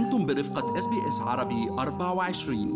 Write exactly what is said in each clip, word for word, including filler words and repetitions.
أنتم برفقة إس بي إس عربي أربعة وعشرين.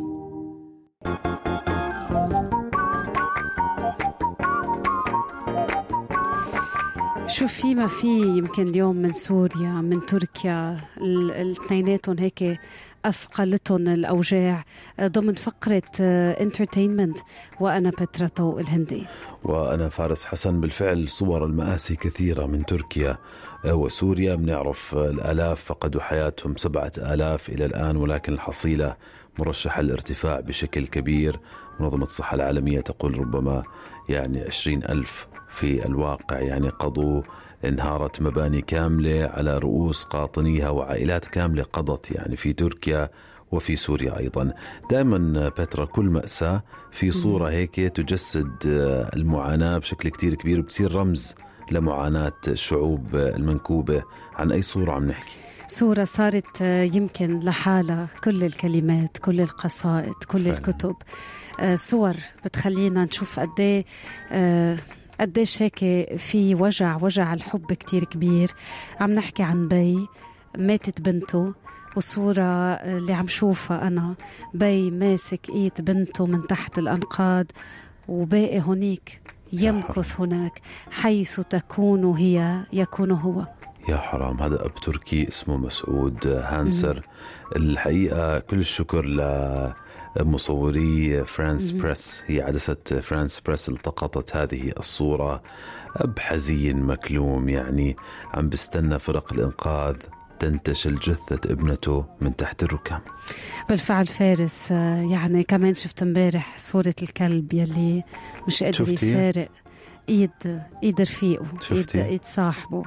شوف في ما في يمكن اليوم من سوريا من تركيا الاثنيناتهم هيك أثقلتهم الأوجاع ضمن فقرة انترتينمنت. وأنا بترا طوق الهندي وأنا فارس حسن. بالفعل صور المآسي كثيرة من تركيا وسوريا. بنعرف الآلاف فقدوا حياتهم، سبعة آلاف إلى الآن، ولكن الحصيلة مرشحة الارتفاع بشكل كبير. منظمة الصحة العالمية تقول ربما يعني عشرين ألف في الواقع. يعني قضوا انهارت مباني كاملة على رؤوس قاطنيها، وعائلات كاملة قضت يعني في تركيا وفي سوريا أيضا. دائما بترا كل مأساة في صورة هيك تجسد المعاناة بشكل كتير كبير، وبتصير رمز لمعاناة الشعوب المنكوبة. عن أي صورة عم نحكي؟ صورة صارت يمكن لحالها كل الكلمات، كل القصائد، كل فعلا. الكتب، صور بتخلينا نشوف قديه قديش هيك في وجع وجع الحب كتير كبير. عم نحكي عن بي ماتت بنته، والصورة اللي عم شوفها أنا بي ماسك إيد بنته من تحت الأنقاض، وباقي هناك يمكث هناك، حيث تكون هي يكون هو. يا حرام. هذا أب تركي اسمه مسعود هانسر. الحقيقة كل الشكر لمصوري فرانس بريس، هي عدسة فرانس بريس التقطت هذه الصورة. أب حزين مكلوم، يعني عم بستنى فرق الإنقاذ تنتشل جثة ابنته من تحت الركام. بالفعل فارس، يعني كمان شفت امبارح صورة الكلب يلي مش قادر يفارق ايد ايد رفيقه، ايد ايد صاحبه.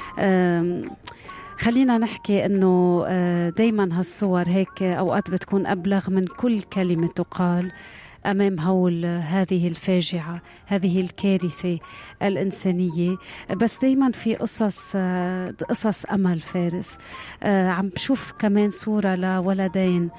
خلينا نحكي انه دايما هالصور هيك اوقات بتكون ابلغ من كل كلمة تقال أمام هول هذه الفاجعة، هذه الكارثة الإنسانية. بس دايما في قصص قصص أمل فارس. عم بشوف كمان صورة لولدين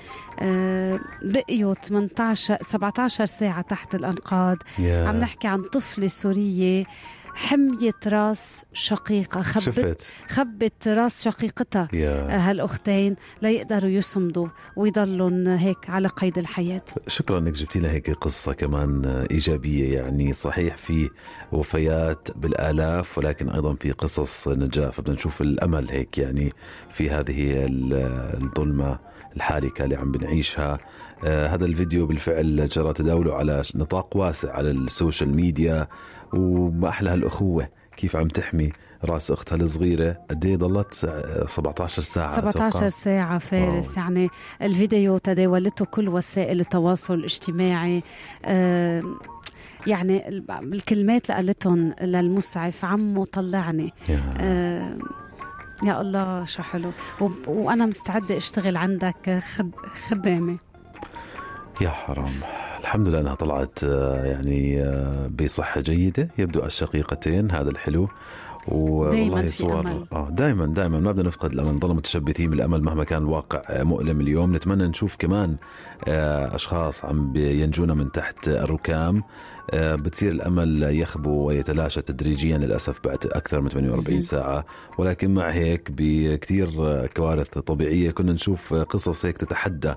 بقيوا ثمانية عشر سبعة عشر ساعة تحت الأنقاض. yeah. عم نحكي عن طفلة سورية حميت راس شقيقة، خبت خبت راس شقيقتها yeah. هالأختين ليقدروا يصمدوا ويضلون هيك على قيد الحياة. شكرا انك جبتي لنا هيك قصة كمان إيجابية. يعني صحيح في وفيات بالآلاف، ولكن أيضا في قصص نجاة، فبدنا نشوف الأمل هيك يعني في هذه الظلمة الحالكة اللي عم بنعيشها. آه هذا الفيديو بالفعل جرى تداوله على نطاق واسع على السوشيال ميديا، وما أحلى هالأخوة كيف عم تحمي راس أختها الصغيرة. قديه ضلت سبعة عشر ساعة سبعة عشر ساعة فارس. أوه. يعني الفيديو تداولته كل وسائل التواصل الاجتماعي. آه يعني الكلمات اللي قالتهم للمسعف عمو طلعني. آه يا الله شو حلو، وأنا مستعدة أشتغل عندك خد... خدامة. يا حرام. الحمد لله أنها طلعت يعني بصحة جيدة. يبدو الشقيقتين، هذا الحلو. والله صور آه دائما دائما ما بدنا نفقد الأمل، نضل متشبثين بالأمل مهما كان الواقع مؤلم اليوم. نتمنى نشوف كمان أشخاص عم ينجون من تحت الركام. بتصير الأمل يخبو ويتلاشى تدريجيا للأسف بعد أكثر من ثمانية وأربعين ساعة. ولكن مع هيك بكثير كوارث طبيعية كنا نشوف قصص هيك تتحدى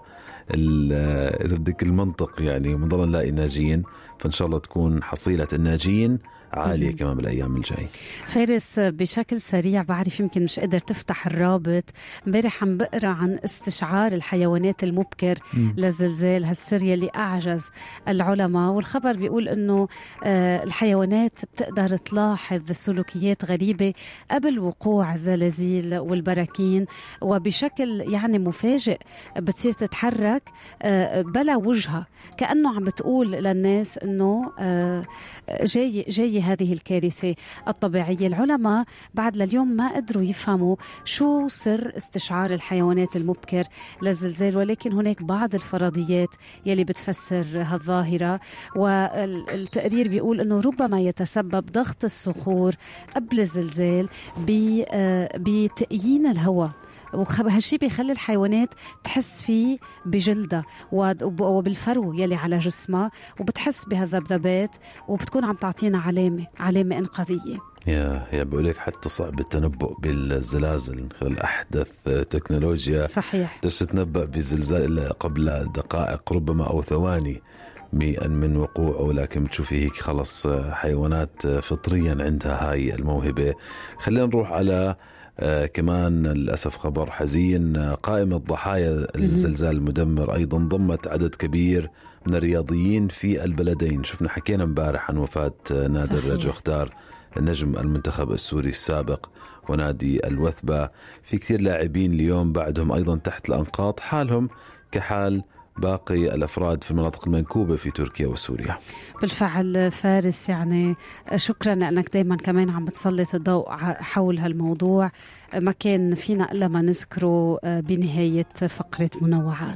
إذا بدك المنطق، يعني ونضل نلاقي ناجين. فإن شاء الله تكون حصيلة الناجين عالية مم. كمان بالأيام الجاي. فارس بشكل سريع، بعرف يمكن مش قادر تفتح الرابط. امبارح عم بقرأ عن استشعار الحيوانات المبكر مم. للزلزال هالسرية اللي أعجز العلماء، والخبر بيقول أنه آه الحيوانات بتقدر تلاحظ سلوكيات غريبة قبل وقوع الزلازل والبراكين، وبشكل يعني مفاجئ بتصير تتحرك آه بلا وجهها، كأنه عم بتقول للناس أنه آه جاي جاي هذه الكارثة الطبيعية. العلماء بعد لليوم ما قدروا يفهموا شو سر استشعار الحيوانات المبكر للزلزال، ولكن هناك بعض الفرضيات يلي بتفسر هالظاهرة. والتقرير بيقول أنه ربما يتسبب ضغط الصخور قبل الزلزال بتأيين الهواء وهالشي بيخلي الحيوانات تحس فيه بجلدها وبالفرو يلي على جسمها، وبتحس بهالذبذبات وبتكون عم تعطينا علامة علامة إنقاذية. يا يا بقول لك حتى صعب التنبؤ بالزلازل خلال أحدث تكنولوجيا. صحيح. تقدر تتنبأ بالزلزال إلا قبل دقائق ربما أو ثواني من وقوعه، لكن بتشوفي هيك خلص حيوانات فطريا عندها هاي الموهبة. خلينا نروح على آه كمان للأسف خبر حزين. قائمة ضحايا الزلزال المدمر أيضا ضمت عدد كبير من الرياضيين في البلدين. شفنا حكينا مبارح عن وفاة نادر جوختار النجم المنتخب السوري السابق ونادي الوثبة. في كثير لاعبين اليوم بعدهم أيضا تحت الأنقاض، حالهم كحال باقي الأفراد في المناطق المنكوبة في تركيا وسوريا. بالفعل فارس، يعني شكرا لأنك دايما كمان عم بتسلط الضوء حول هالموضوع، ما كان فينا إلا ما نذكره بنهاية فقرة منوعات.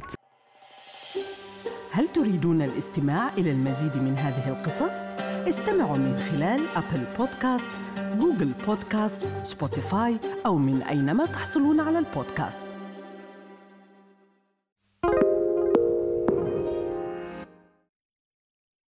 هل تريدون الاستماع إلى المزيد من هذه القصص؟ استمعوا من خلال أبل بودكاست، جوجل بودكاست، سبوتيفاي أو من أينما تحصلون على البودكاست.